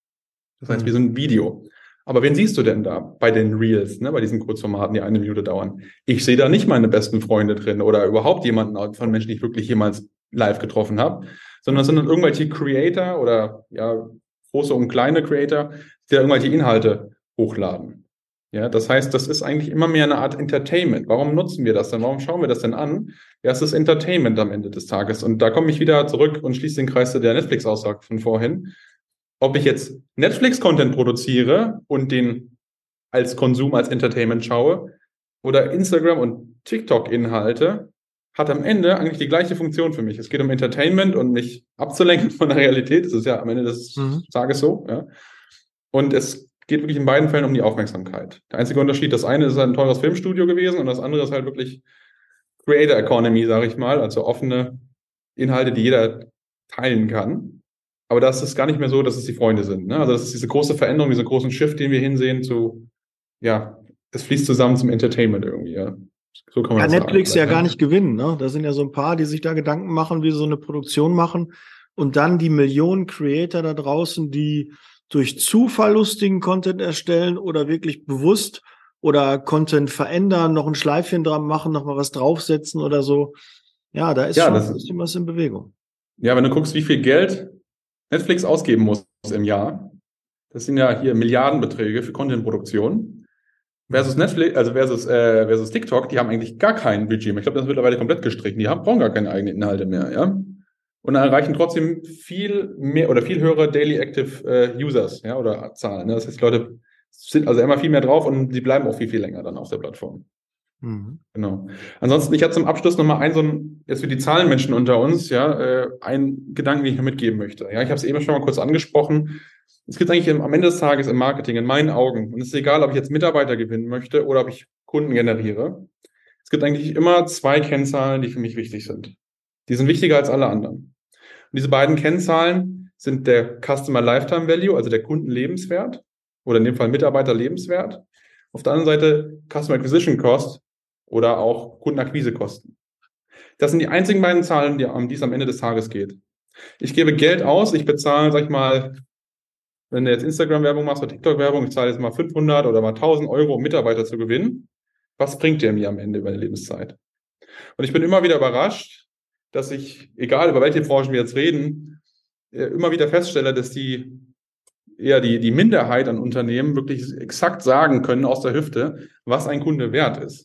Das heißt, mhm. wir sind ein Video. Aber wen siehst du denn da bei den Reels, ne, bei diesen Kurzformaten, die eine Minute dauern? Ich sehe da nicht meine besten Freunde drin oder überhaupt jemanden von Menschen, die ich wirklich jemals live getroffen habe, sondern es sind dann irgendwelche Creator oder ja große und kleine Creator, die da irgendwelche Inhalte hochladen. Ja, das heißt, das ist eigentlich immer mehr eine Art Entertainment. Warum nutzen wir das denn? Warum schauen wir das denn an? Ja, es ist Entertainment am Ende des Tages. Und da komme ich wieder zurück und schließe den Kreis zu der Netflix-Aussage von vorhin. Ob ich jetzt Netflix-Content produziere und den als Konsum, als Entertainment schaue oder Instagram- und TikTok-Inhalte, hat am Ende eigentlich die gleiche Funktion für mich. Es geht um Entertainment und mich abzulenken von der Realität. Das ist ja am Ende des mhm. Tages so. Ja. Und es geht wirklich in beiden Fällen um die Aufmerksamkeit. Der einzige Unterschied, das eine ist ein teures Filmstudio gewesen und das andere ist halt wirklich Creator Economy, sage ich mal, also offene Inhalte, die jeder teilen kann. Aber das ist gar nicht mehr so, dass es die Freunde sind. Ne? Also das ist diese große Veränderung, diesen großen Shift, den wir hinsehen zu, ja, es fließt zusammen zum Entertainment irgendwie, ja. So kann man kann das Netflix sagen, ja gar nicht gewinnen, ne? Da sind ja so ein paar, die sich da Gedanken machen, wie sie so eine Produktion machen und dann die Millionen Creator da draußen, die durch Zufall lustigen Content erstellen oder wirklich bewusst oder Content verändern, noch ein Schleifchen dran machen, noch mal was draufsetzen oder so. Ja, da ist ja, schon das ein bisschen was in Bewegung. Ja, wenn du guckst, wie viel Geld Netflix ausgeben muss im Jahr, das sind ja hier Milliardenbeträge für Contentproduktion, versus Netflix, also versus, äh, versus TikTok, die haben eigentlich gar kein Budget mehr. Ich glaube, das ist mittlerweile komplett gestrichen. Die haben, brauchen gar keine eigenen Inhalte mehr, ja. Und dann erreichen trotzdem viel mehr oder viel höhere Daily Active äh, Users, ja, oder Zahlen. Ne? Das heißt, die Leute sind also immer viel mehr drauf und sie bleiben auch viel, viel länger dann auf der Plattform. Mhm. Genau. Ansonsten, ich hatte zum Abschluss nochmal ein, so ein, jetzt für die Zahlenmenschen unter uns, ja, äh, einen Gedanken, den ich noch mitgeben möchte. Ja, ich habe es eben schon mal kurz angesprochen. Es gibt eigentlich im, am Ende des Tages im Marketing, in meinen Augen, und es ist egal, ob ich jetzt Mitarbeiter gewinnen möchte oder ob ich Kunden generiere. Es gibt eigentlich immer zwei Kennzahlen, die für mich wichtig sind. Die sind wichtiger als alle anderen. Und diese beiden Kennzahlen sind der Customer Lifetime Value, also der Kundenlebenswert, oder in dem Fall Mitarbeiterlebenswert. Auf der anderen Seite Customer Acquisition Cost oder auch Kundenakquisekosten. Das sind die einzigen beiden Zahlen, die, um die es am Ende des Tages geht. Ich gebe Geld aus, ich bezahle, sag ich mal, wenn du jetzt Instagram-Werbung machst oder TikTok-Werbung, ich zahle jetzt mal fünfhundert oder mal tausend Euro, um Mitarbeiter zu gewinnen. Was bringt der mir am Ende über die Lebenszeit? Und ich bin immer wieder überrascht, dass ich, egal über welche Branchen wir jetzt reden, immer wieder feststelle, dass die eher die, die Minderheit an Unternehmen wirklich exakt sagen können aus der Hüfte, was ein Kunde wert ist.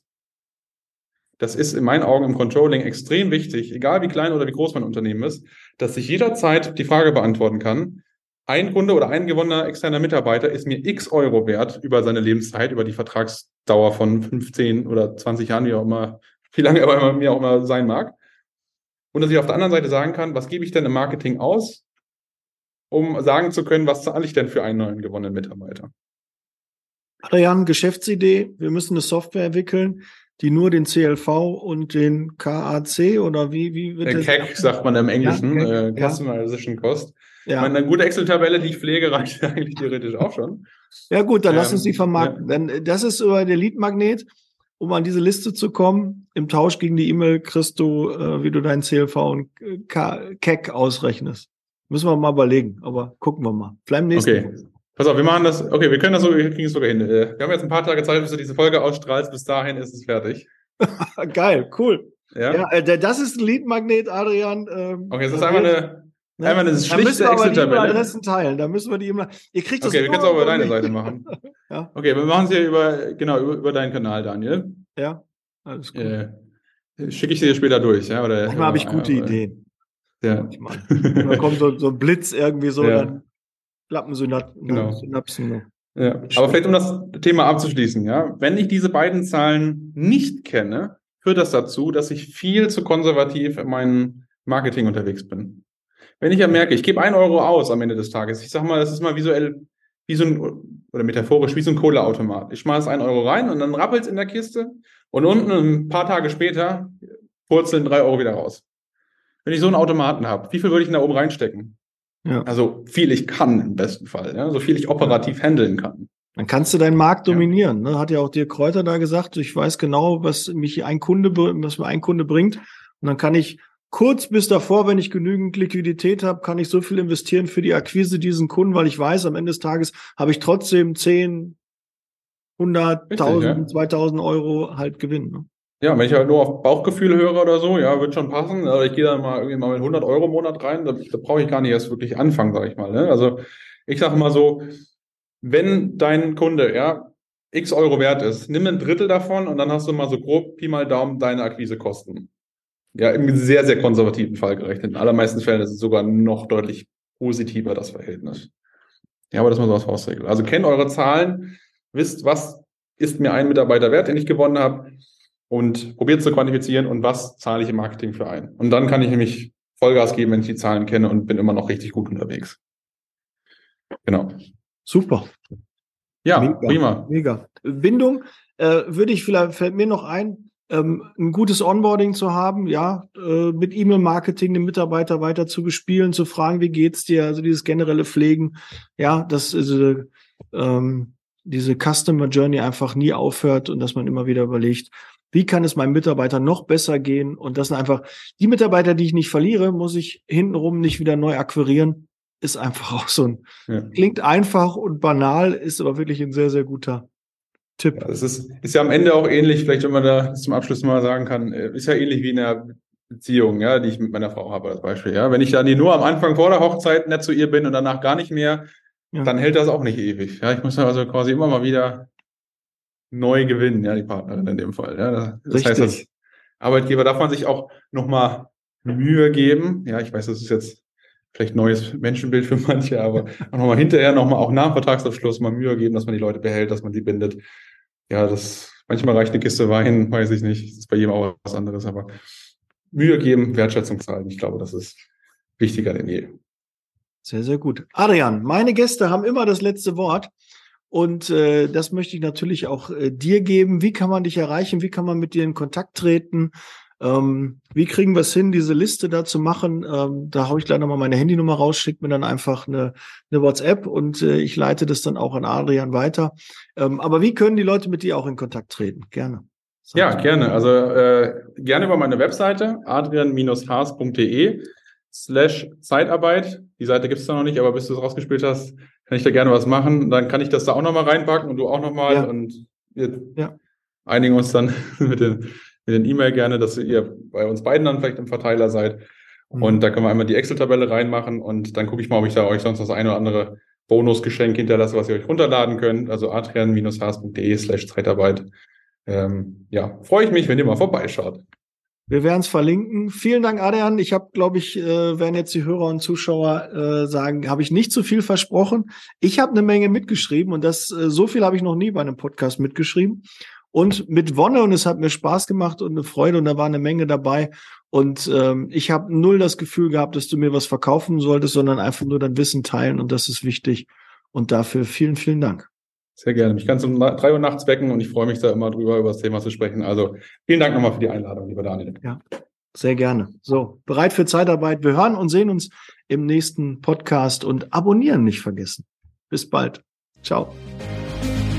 Das ist in meinen Augen im Controlling extrem wichtig, egal wie klein oder wie groß mein Unternehmen ist, dass ich jederzeit die Frage beantworten kann, ein Kunde oder ein gewonnener externer Mitarbeiter ist mir x Euro wert über seine Lebenszeit, über die Vertragsdauer von fünfzehn oder zwanzig Jahren, wie auch immer, wie lange er bei mir auch immer sein mag. Und dass ich auf der anderen Seite sagen kann, was gebe ich denn im Marketing aus, um sagen zu können, was zahle ich denn für einen neuen gewonnenen Mitarbeiter? Adrian, Geschäftsidee, wir müssen eine Software entwickeln, die nur den C L V und den K A C oder wie, wie wird das? C A C sagt man im Englischen, ja, äh, Customer Acquisition Cost. Ja. Ich meine, eine gute Excel-Tabelle, die ich pflege, reicht eigentlich theoretisch auch schon. Ja gut, dann ähm, lass uns die vermarkten. Ja. Dann, das ist über der Lead-Magnet, um an diese Liste zu kommen. Im Tausch gegen die E-Mail kriegst du, äh, wie du deinen C L V und K C A C ausrechnest. Müssen wir mal überlegen, aber gucken wir mal. Vielleicht im nächsten Okay. Mal. Pass auf, wir machen das, okay, wir können das so, wir kriegen es sogar hin. Wir haben jetzt ein paar Tage Zeit, bis du diese Folge ausstrahlst. Bis dahin ist es fertig. Geil, cool. Ja, ja, das ist ein Lead-Magnet, Adrian. Ähm, okay, es ist einmal eine, ne? einmal eine schlichte Excel-Tabelle. Da müssen wir die E-Mail-Adressen teilen. Da müssen wir die E-Mail. Ihr kriegt das. Okay, wir können es auch über deine Seite machen. Ja. Okay, wir machen es hier über, genau, über, über deinen Kanal, Daniel. Ja, alles gut. Äh, Schicke ich dir später durch, ja? Oder, manchmal habe ich gute äh, Ideen. Ja. Manchmal. Da kommt so, so ein Blitz irgendwie so, ja. dann klappen Synapsen. Genau. Synapsen noch. Ja. Aber vielleicht, um das Thema abzuschließen, ja, wenn ich diese beiden Zahlen nicht kenne, führt das dazu, dass ich viel zu konservativ in meinem Marketing unterwegs bin. Wenn ich ja merke, ich gebe ein Euro aus am Ende des Tages, ich sage mal, das ist mal visuell wie so ein, oder metaphorisch wie so ein Kohleautomat. Ich schmeiße ein Euro rein und dann rappelt's in der Kiste und unten ein paar Tage später purzeln drei Euro wieder raus. Wenn ich so einen Automaten habe, wie viel würde ich denn da oben reinstecken? Ja. Also viel ich kann im besten Fall, ja, so viel ich operativ handeln kann. Dann kannst du deinen Markt dominieren. Ne? Hat ja auch Dirk Kräuter da gesagt, ich weiß genau, was mich ein Kunde, was mir ein Kunde bringt. Und dann kann ich kurz bis davor, wenn ich genügend Liquidität habe, kann ich so viel investieren für die Akquise diesen Kunden, weil ich weiß, am Ende des Tages habe ich trotzdem zehn, hundert, tausend, ja. zweitausend Euro halt Gewinn. Ne? Ja, wenn ich halt nur auf Bauchgefühl höre oder so, ja, wird schon passen. Also ich gehe dann mal irgendwie mal mit hundert Euro im Monat rein, da, da brauche ich gar nicht erst wirklich anfangen, sage ich mal. Ne? Also ich sage mal so, wenn dein Kunde, ja, x Euro wert ist, nimm ein Drittel davon und dann hast du mal so grob Pi mal Daumen deine Akquisekosten. Ja, im sehr, sehr konservativen Fall gerechnet. In den allermeisten Fällen ist es sogar noch deutlich positiver, das Verhältnis. Ja, aber das ist mal so als Faustregel. Also kennt eure Zahlen, wisst, was ist mir ein Mitarbeiter wert, den ich gewonnen habe, und probiert zu quantifizieren und was zahle ich im Marketing für ein. Und dann kann ich nämlich Vollgas geben, wenn ich die Zahlen kenne, und bin immer noch richtig gut unterwegs. Genau. Super. Ja, mega, prima. Mega. Bindung, äh, würde ich vielleicht, fällt mir noch ein, ähm, ein gutes Onboarding zu haben, ja, äh, mit E-Mail-Marketing den Mitarbeiter weiter zu bespielen, zu fragen, wie geht's dir, also dieses generelle Pflegen, ja, dass äh, ähm, diese Customer Journey einfach nie aufhört und dass man immer wieder überlegt, wie kann es meinem Mitarbeiter noch besser gehen, und das sind einfach die Mitarbeiter, die ich nicht verliere, muss ich hintenrum nicht wieder neu akquirieren. Ist einfach auch so ein, ja. Klingt einfach und banal, ist aber wirklich ein sehr, sehr guter Tipp. Ja, das ist, ist ja am Ende auch ähnlich, vielleicht wenn man da zum Abschluss mal sagen kann, ist ja ähnlich wie in einer Beziehung, ja, die ich mit meiner Frau habe als Beispiel. Ja, wenn ich dann nur am Anfang vor der Hochzeit nett zu ihr bin und danach gar nicht mehr, ja. dann hält das auch nicht ewig. Ja, ich muss also quasi immer mal wieder neu gewinnen, ja, die Partnerin in dem Fall. Ja, das Richtig. heißt, als Arbeitgeber darf man sich auch nochmal Mühe geben. Ja, ich weiß, das ist jetzt vielleicht neues Menschenbild für manche, aber auch nochmal hinterher, nochmal auch nach dem Vertragsabschluss mal Mühe geben, dass man die Leute behält, dass man die bindet. Ja, das, manchmal reicht eine Kiste Wein, weiß ich nicht, das ist bei jedem auch was anderes, aber Mühe geben, Wertschätzung zahlen, ich glaube, das ist wichtiger denn je. Sehr, sehr gut. Adrian, meine Gäste haben immer das letzte Wort, und äh, das möchte ich natürlich auch äh, dir geben. Wie kann man dich erreichen? Wie kann man mit dir in Kontakt treten? Ähm, wie kriegen wir es hin, diese Liste da zu machen? Ähm, da haue ich gleich nochmal meine Handynummer raus, schickt mir dann einfach eine, eine WhatsApp, und äh, ich leite das dann auch an Adrian weiter. Ähm, aber wie können die Leute mit dir auch in Kontakt treten? Gerne. Sag ja, gerne. Also äh, gerne über meine Webseite adrian-haas.de slash Zeitarbeit. Die Seite gibt es da noch nicht, aber bis du es rausgespielt hast, kann ich da gerne was machen. Dann kann ich das da auch nochmal reinpacken und du auch nochmal. Ja. Und wir ja. einigen uns dann mit den mit den E-Mail gerne, dass ihr bei uns beiden dann vielleicht im Verteiler seid. Mhm. Und da können wir einmal die Excel-Tabelle reinmachen, und dann gucke ich mal, ob ich da euch sonst das eine oder andere Bonusgeschenk hinterlasse, was ihr euch runterladen könnt. Also adrian-haas.de slash Zeitarbeit. Ähm, ja, freue ich mich, wenn ihr mal vorbeischaut. Wir werden es verlinken. Vielen Dank, Adrian. Ich habe, glaube ich, äh, werden jetzt die Hörer und Zuschauer äh, sagen, habe ich nicht zu viel versprochen. Ich habe eine Menge mitgeschrieben, und das äh, so viel habe ich noch nie bei einem Podcast mitgeschrieben. Und mit Wonne, und es hat mir Spaß gemacht und eine Freude, und da war eine Menge dabei. Und ähm, ich habe null das Gefühl gehabt, dass du mir was verkaufen solltest, sondern einfach nur dein Wissen teilen, und das ist wichtig. Und dafür vielen, vielen Dank. Sehr gerne. Mich kannst du um drei Uhr nachts wecken, und ich freue mich da immer drüber, über das Thema zu sprechen. Also vielen Dank nochmal für die Einladung, lieber Daniel. Ja, sehr gerne. So, bereit für Zeitarbeit. Wir hören und sehen uns im nächsten Podcast, und abonnieren nicht vergessen. Bis bald. Ciao.